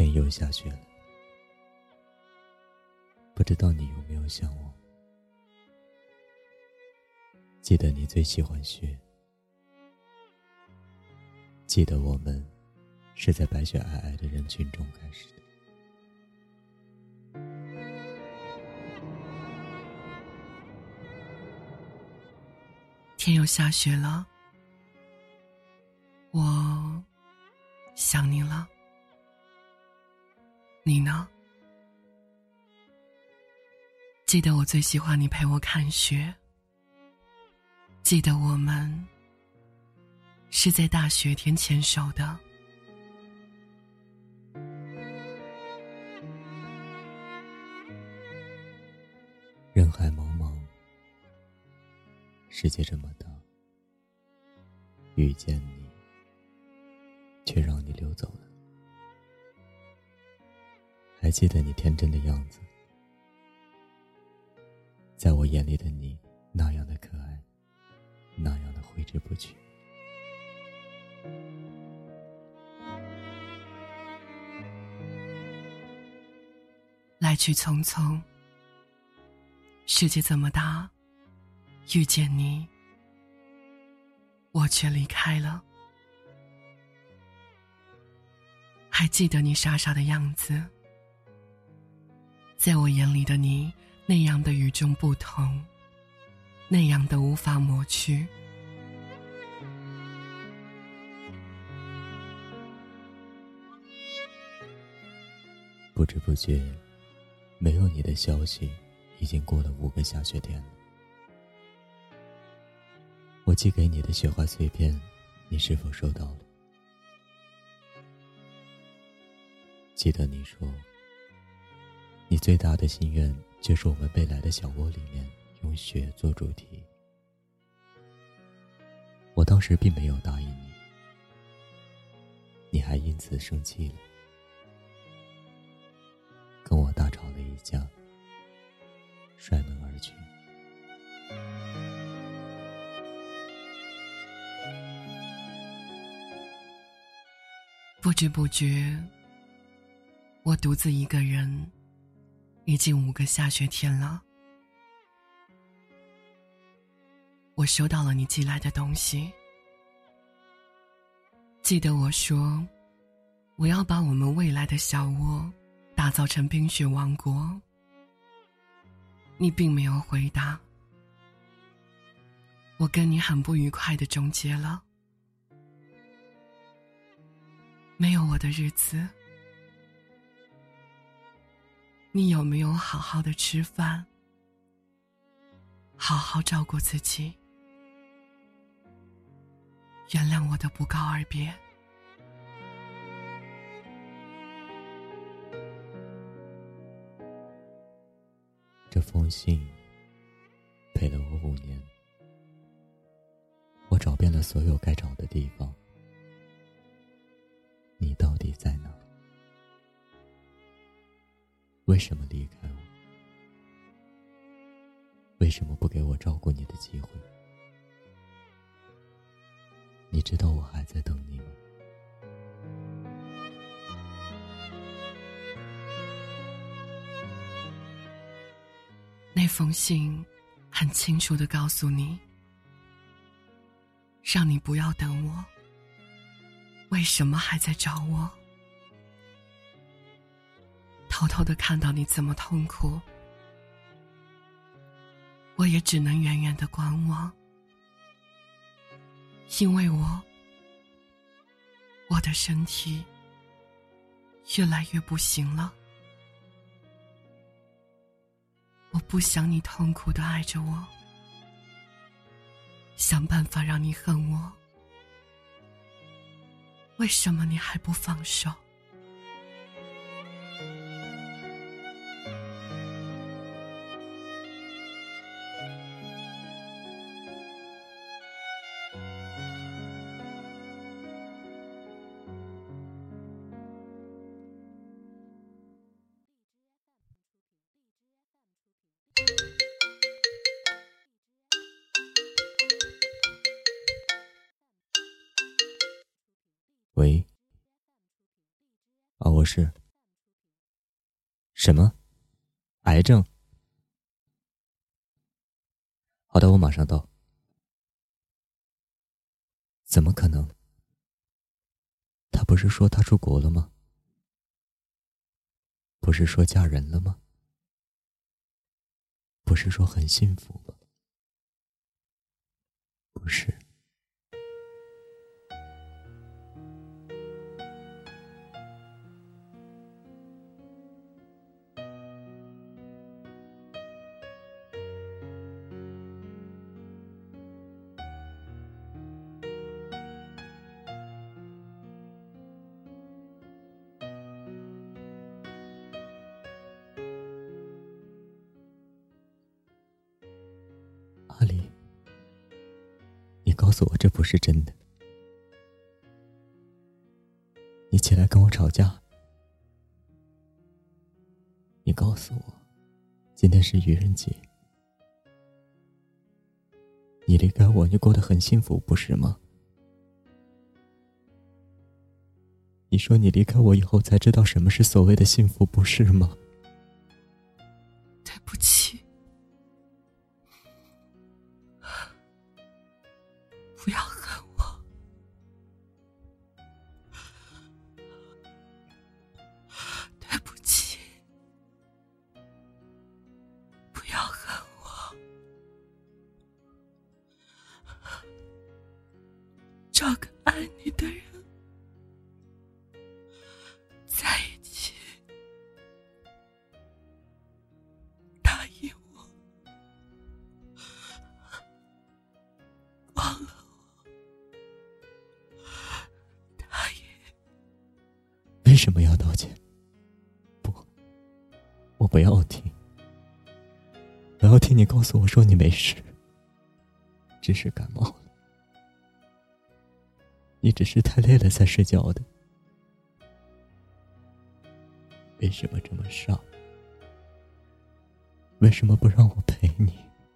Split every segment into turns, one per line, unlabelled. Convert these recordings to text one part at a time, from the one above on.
天又下雪了，不知道你有没有想我。记得你最喜欢雪，记得我们是在白雪皑皑的人群中开始的。
天又下雪了，我想你了。你呢？记得我最喜欢你陪我看雪，记得我们是在大雪天牵手的。
人海茫茫，世界这么大，遇见你，却让你溜走了。还记得你天真的样子，在我眼里的你，那样的可爱，那样的挥之不去。
来去匆匆，世界这么大，遇见你，我却离开了。还记得你傻傻的样子，在我眼里的你，那样的与众不同，那样的无法抹去。
不知不觉，没有你的消息，已经过了5个下雪天了。我寄给你的雪花碎片，你是否收到了？记得你说，你最大的心愿就是我们未来的小窝里面用雪做主题。我当时并没有答应你，你还因此生气了，跟我大吵了一架，摔门而去。
不知不觉，我独自一个人已经5个下雪天了。我收到了你寄来的东西，记得我说我要把我们未来的小窝打造成冰雪王国。你并没有回答，我跟你很不愉快地终结了。没有我的日子，你有没有好好的吃饭，好好照顾自己？原谅我的不告而别。
这封信陪了我5年，我找遍了所有该找的地方，你到底在哪？为什么离开我？为什么不给我照顾你的机会？你知道我还在等你吗？
那封信很清楚地告诉你，让你不要等我，为什么还在找我？偷偷地看到你这么痛苦，我也只能远远地观望，因为我的身体越来越不行了。我不想你痛苦地爱着我，想办法让你恨我，为什么你还不放手？
喂，我是什么？癌症？好的，我马上到。怎么可能？他不是说他出国了吗？不是说嫁人了吗？不是说很幸福吗？不是。阿离，你告诉我这不是真的。你起来跟我吵架。你告诉我，今天是愚人节。你离开我，你过得很幸福，不是吗？你说你离开我以后才知道什么是所谓的幸福，不是吗？
对不起，不要恨我，对不起，不要恨我，找个爱你的人在一起，答应我，忘了我，答应。
为什么要道歉？不，我不要听。我要听你告诉我说你没事，只是感冒了。你只是太累了才睡觉的。为什么这么傻？为什么不让我陪你？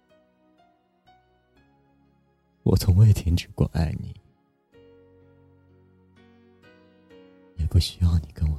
我从未停止过爱你，也不需要你跟我